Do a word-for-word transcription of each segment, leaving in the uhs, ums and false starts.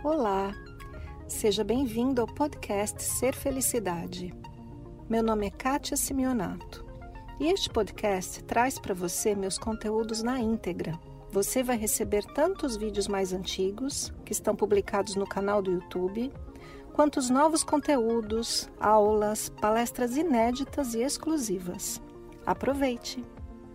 Olá, seja bem-vindo ao podcast Ser Felicidade. Meu nome é Kátia Simeonato e este podcast traz para você meus conteúdos na íntegra. Você vai receber tanto os vídeos mais antigos, que estão publicados no canal do YouTube, quanto os novos conteúdos, aulas, palestras inéditas e exclusivas. Aproveite!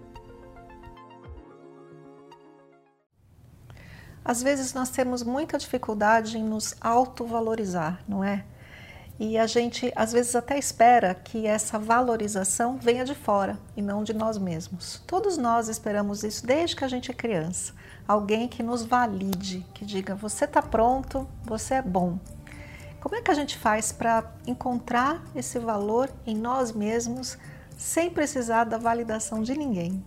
Às vezes nós temos muita dificuldade em nos autovalorizar, não é? E a gente às vezes até espera que essa valorização venha de fora e não de nós mesmos. Todos nós esperamos isso desde que a gente é criança. Alguém que nos valide, que diga, você está pronto, você é bom. Como é que a gente faz para encontrar esse valor em nós mesmos sem precisar da validação de ninguém?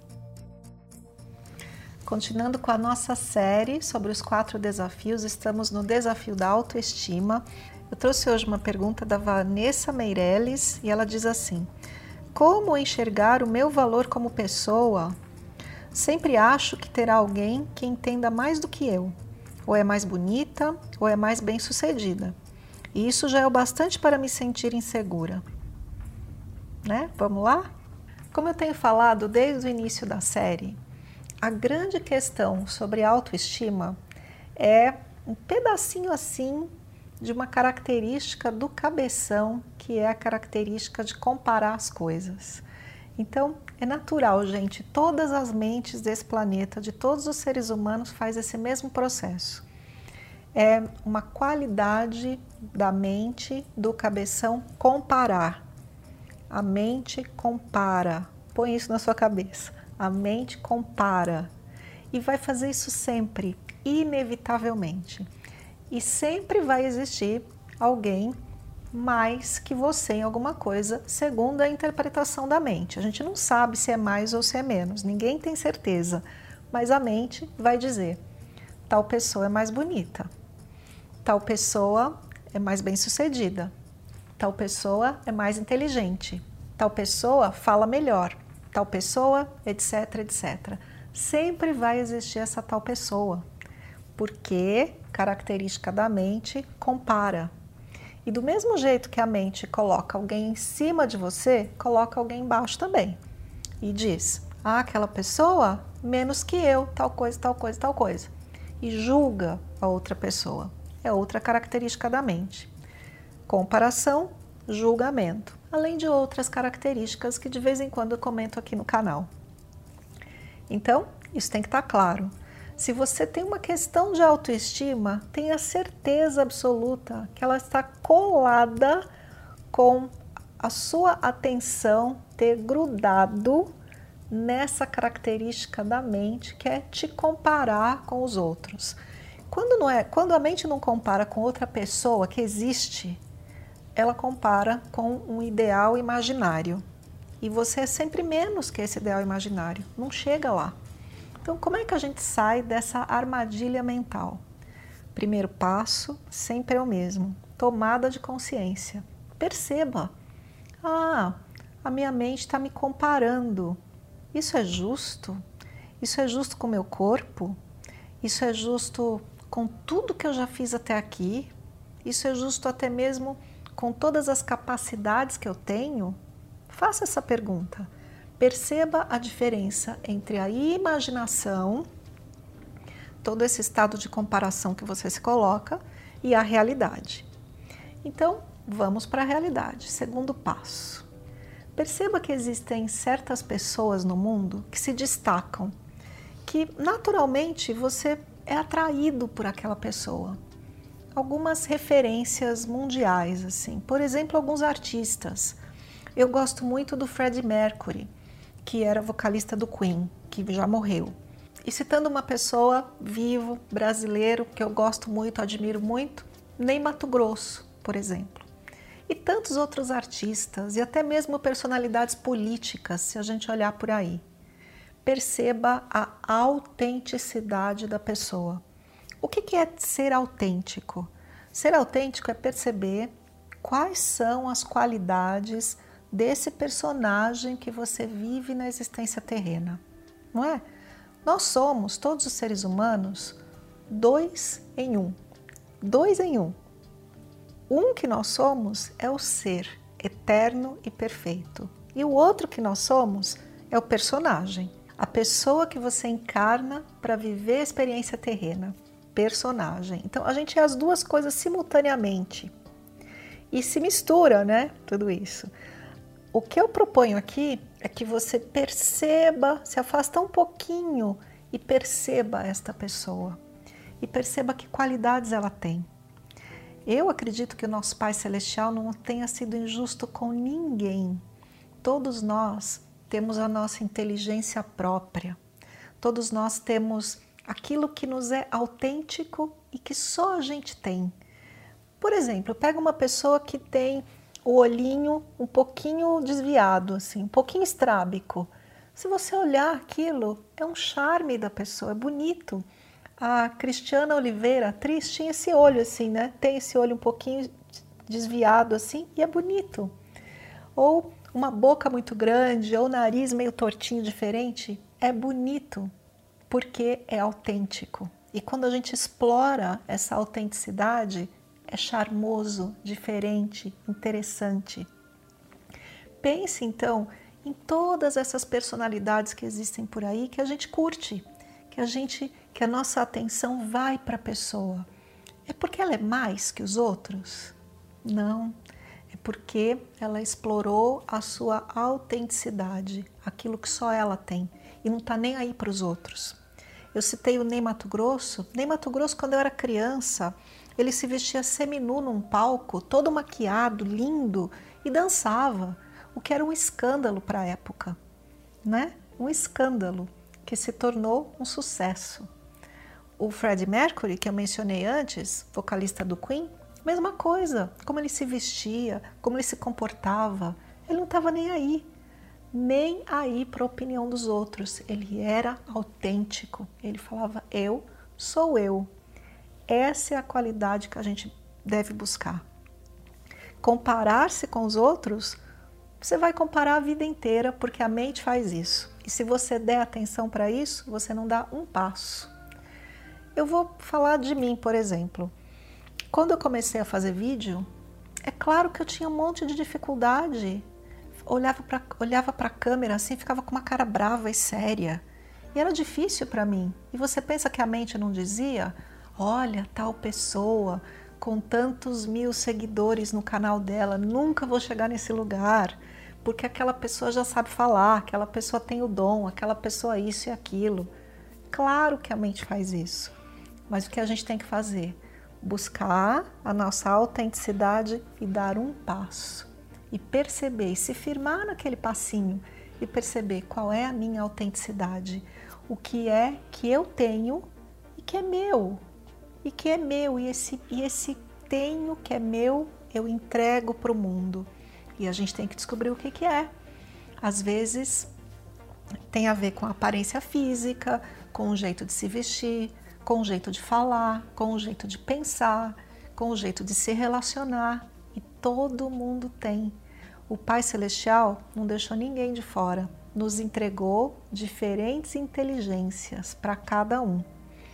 Continuando com a nossa série sobre os quatro desafios, estamos no desafio da autoestima. Eu trouxe hoje uma pergunta da Vanessa Meirelles e ela diz assim: como enxergar o meu valor como pessoa? Sempre acho que terá alguém que entenda mais do que eu, ou é mais bonita, ou é mais bem-sucedida. E isso já é o bastante para me sentir insegura. Né? Vamos lá? Como eu tenho falado desde o início da série, a grande questão sobre autoestima é um pedacinho assim de uma característica do cabeção, que é a característica de comparar as coisas. Então, é natural, gente, todas as mentes desse planeta, de todos os seres humanos, faz esse mesmo processo. É uma qualidade da mente, do cabeção, comparar. A mente compara, põe isso na sua cabeça. A mente compara e vai fazer isso sempre, inevitavelmente. E sempre vai existir alguém mais que você em alguma coisa, segundo a interpretação da mente. A gente não sabe se é mais ou se é menos, ninguém tem certeza, mas a mente vai dizer, tal pessoa é mais bonita, tal pessoa é mais bem-sucedida, tal pessoa é mais inteligente, tal pessoa fala melhor, tal pessoa, etc, etcétera. Sempre vai existir essa tal pessoa, porque característica da mente compara. E do mesmo jeito que a mente coloca alguém em cima de você, coloca alguém embaixo também. E diz, ah, aquela pessoa menos que eu, tal coisa, tal coisa, tal coisa. E julga a outra pessoa. É outra característica da mente. Comparação, julgamento. Além de outras características que de vez em quando eu comento aqui no canal. Então, isso tem que estar claro. Se você tem uma questão de autoestima, tenha certeza absoluta que ela está colada com a sua atenção ter grudado nessa característica da mente que é te comparar com os outros. Quando, não é, quando a mente não compara com outra pessoa que existe, ela compara com um ideal imaginário. E você é sempre menos que esse ideal imaginário, não chega lá. Então, como é que a gente sai dessa armadilha mental? Primeiro passo, sempre é o mesmo, tomada de consciência. Perceba, ah, a minha mente está me comparando. Isso é justo? Isso é justo com o meu corpo? Isso é justo com tudo que eu já fiz até aqui? Isso é justo até mesmo com todas as capacidades que eu tenho? Faça essa pergunta. Perceba a diferença entre a imaginação, todo esse estado de comparação que você se coloca, e a realidade. Então, vamos para a realidade. Segundo passo. Perceba que existem certas pessoas no mundo que se destacam, que naturalmente você é atraído por aquela pessoa. Algumas referências mundiais, assim. Por exemplo, alguns artistas. Eu gosto muito do Freddie Mercury, que era vocalista do Queen, que já morreu. E citando uma pessoa vivo, brasileiro, que eu gosto muito, admiro muito, Ney Matogrosso, por exemplo. E tantos outros artistas, e até mesmo personalidades políticas, se a gente olhar por aí. Perceba a autenticidade da pessoa. O que é ser autêntico? Ser autêntico é perceber quais são as qualidades desse personagem que você vive na existência terrena, não é? Nós somos, todos os seres humanos, dois em um. dois em um. Um que nós somos é o ser eterno e perfeito. E o outro que nós somos é o personagem, a pessoa que você encarna para viver a experiência terrena. Personagem. Então a gente é as duas coisas simultaneamente. E se mistura, né? Tudo isso. O que eu proponho aqui é que você perceba, se afasta um pouquinho e perceba esta pessoa. E perceba que qualidades ela tem. Eu acredito que o nosso Pai Celestial não tenha sido injusto com ninguém. Todos nós temos a nossa inteligência própria. Todos nós temos aquilo que nos é autêntico e que só a gente tem. Por exemplo, pega uma pessoa que tem o olhinho um pouquinho desviado, assim, um pouquinho estrábico. Se você olhar aquilo, é um charme da pessoa, é bonito. A Cristiana Oliveira, atriz, tinha esse olho assim, né? Tem esse olho um pouquinho desviado assim e é bonito. Ou uma boca muito grande, ou nariz meio tortinho, diferente, é bonito, porque é autêntico. E quando a gente explora essa autenticidade, é charmoso, diferente, interessante. Pense então em todas essas personalidades que existem por aí que a gente curte, que a gente, que a nossa atenção vai para a pessoa. É porque ela é mais que os outros? Não, é porque ela explorou a sua autenticidade, aquilo que só ela tem, e não está nem aí para os outros. Eu citei o Ney Matogrosso. Ney Matogrosso, quando eu era criança, ele se vestia seminu num palco, todo maquiado, lindo, e dançava, o que era um escândalo para a época, né? Um escândalo que se tornou um sucesso. O Freddie Mercury, que eu mencionei antes, vocalista do Queen, mesma coisa, como ele se vestia, como ele se comportava, ele não estava nem aí, nem aí para a opinião dos outros, ele era autêntico, ele falava, eu sou eu. Essa é a qualidade que a gente deve buscar. Comparar-se com os outros, você vai comparar a vida inteira, porque a mente faz isso. E se você der atenção para isso, você não dá um passo. Eu vou falar de mim, por exemplo. Quando eu comecei a fazer vídeo, é claro que eu tinha um monte de dificuldade. Olhava para olhava para a câmera assim, ficava com uma cara brava e séria. E era difícil para mim. E você pensa que a mente não dizia? Olha, tal pessoa com tantos mil seguidores no canal dela, nunca vou chegar nesse lugar, porque aquela pessoa já sabe falar, aquela pessoa tem o dom, aquela pessoa isso e aquilo. Claro que a mente faz isso, mas o que a gente tem que fazer? Buscar a nossa autenticidade e dar um passo, e perceber, e se firmar naquele passinho, e perceber qual é a minha autenticidade, o que é que eu tenho e que é meu, e que é meu, e esse, e esse tenho que é meu, eu entrego para o mundo. E a gente tem que descobrir o que, que é. Às vezes tem a ver com a aparência física, com o jeito de se vestir, com o jeito de falar, com o jeito de pensar, com o jeito de se relacionar. E todo mundo tem. O Pai Celestial não deixou ninguém de fora. Nos entregou diferentes inteligências para cada um.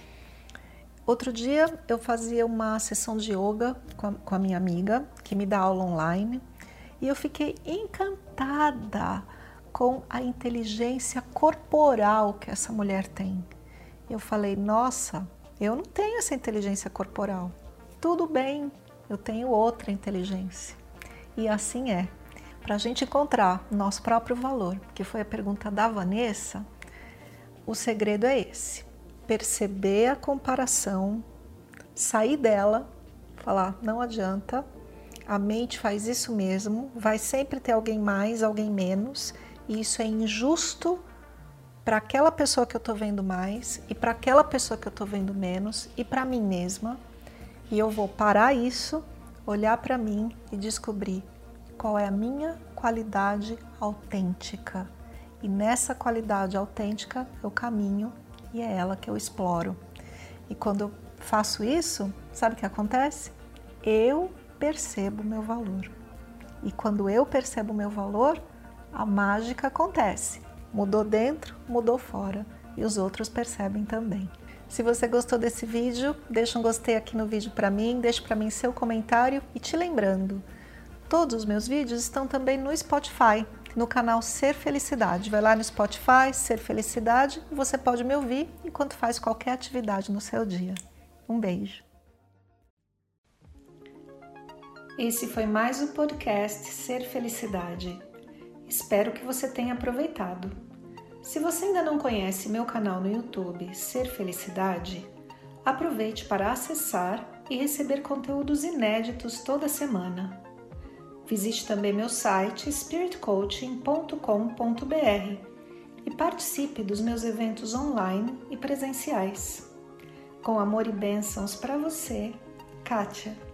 Outro dia eu fazia uma sessão de yoga com a, com a minha amiga, que me dá aula online, e eu fiquei encantada com a inteligência corporal que essa mulher tem. Eu falei, nossa, eu não tenho essa inteligência corporal. Tudo bem, eu tenho outra inteligência. E assim é. Para a gente encontrar o nosso próprio valor, que foi a pergunta da Vanessa, o segredo é esse. Perceber a comparação, sair dela, falar, não adianta, a mente faz isso mesmo, vai sempre ter alguém mais, alguém menos, e isso é injusto para aquela pessoa que eu estou vendo mais, e para aquela pessoa que eu estou vendo menos, e para mim mesma, e eu vou parar isso, olhar para mim e descobrir qual é a minha qualidade autêntica. E nessa qualidade autêntica eu caminho, e é ela que eu exploro. E quando eu faço isso, sabe o que acontece? Eu percebo o meu valor. E quando eu percebo o meu valor, a mágica acontece. Mudou dentro, mudou fora. E os outros percebem também. Se você gostou desse vídeo, deixa um gostei aqui no vídeo para mim, deixa para mim seu comentário e te lembrando, todos os meus vídeos estão também no Spotify, no canal Ser Felicidade. Vai lá no Spotify, Ser Felicidade, e você pode me ouvir enquanto faz qualquer atividade no seu dia. Um beijo. Esse foi mais o podcast Ser Felicidade. Espero que você tenha aproveitado. Se você ainda não conhece meu canal no YouTube Ser Felicidade, aproveite para acessar e receber conteúdos inéditos toda semana. Visite também meu site spirit coaching ponto com ponto b r e participe dos meus eventos online e presenciais. Com amor e bênçãos para você, Kátia.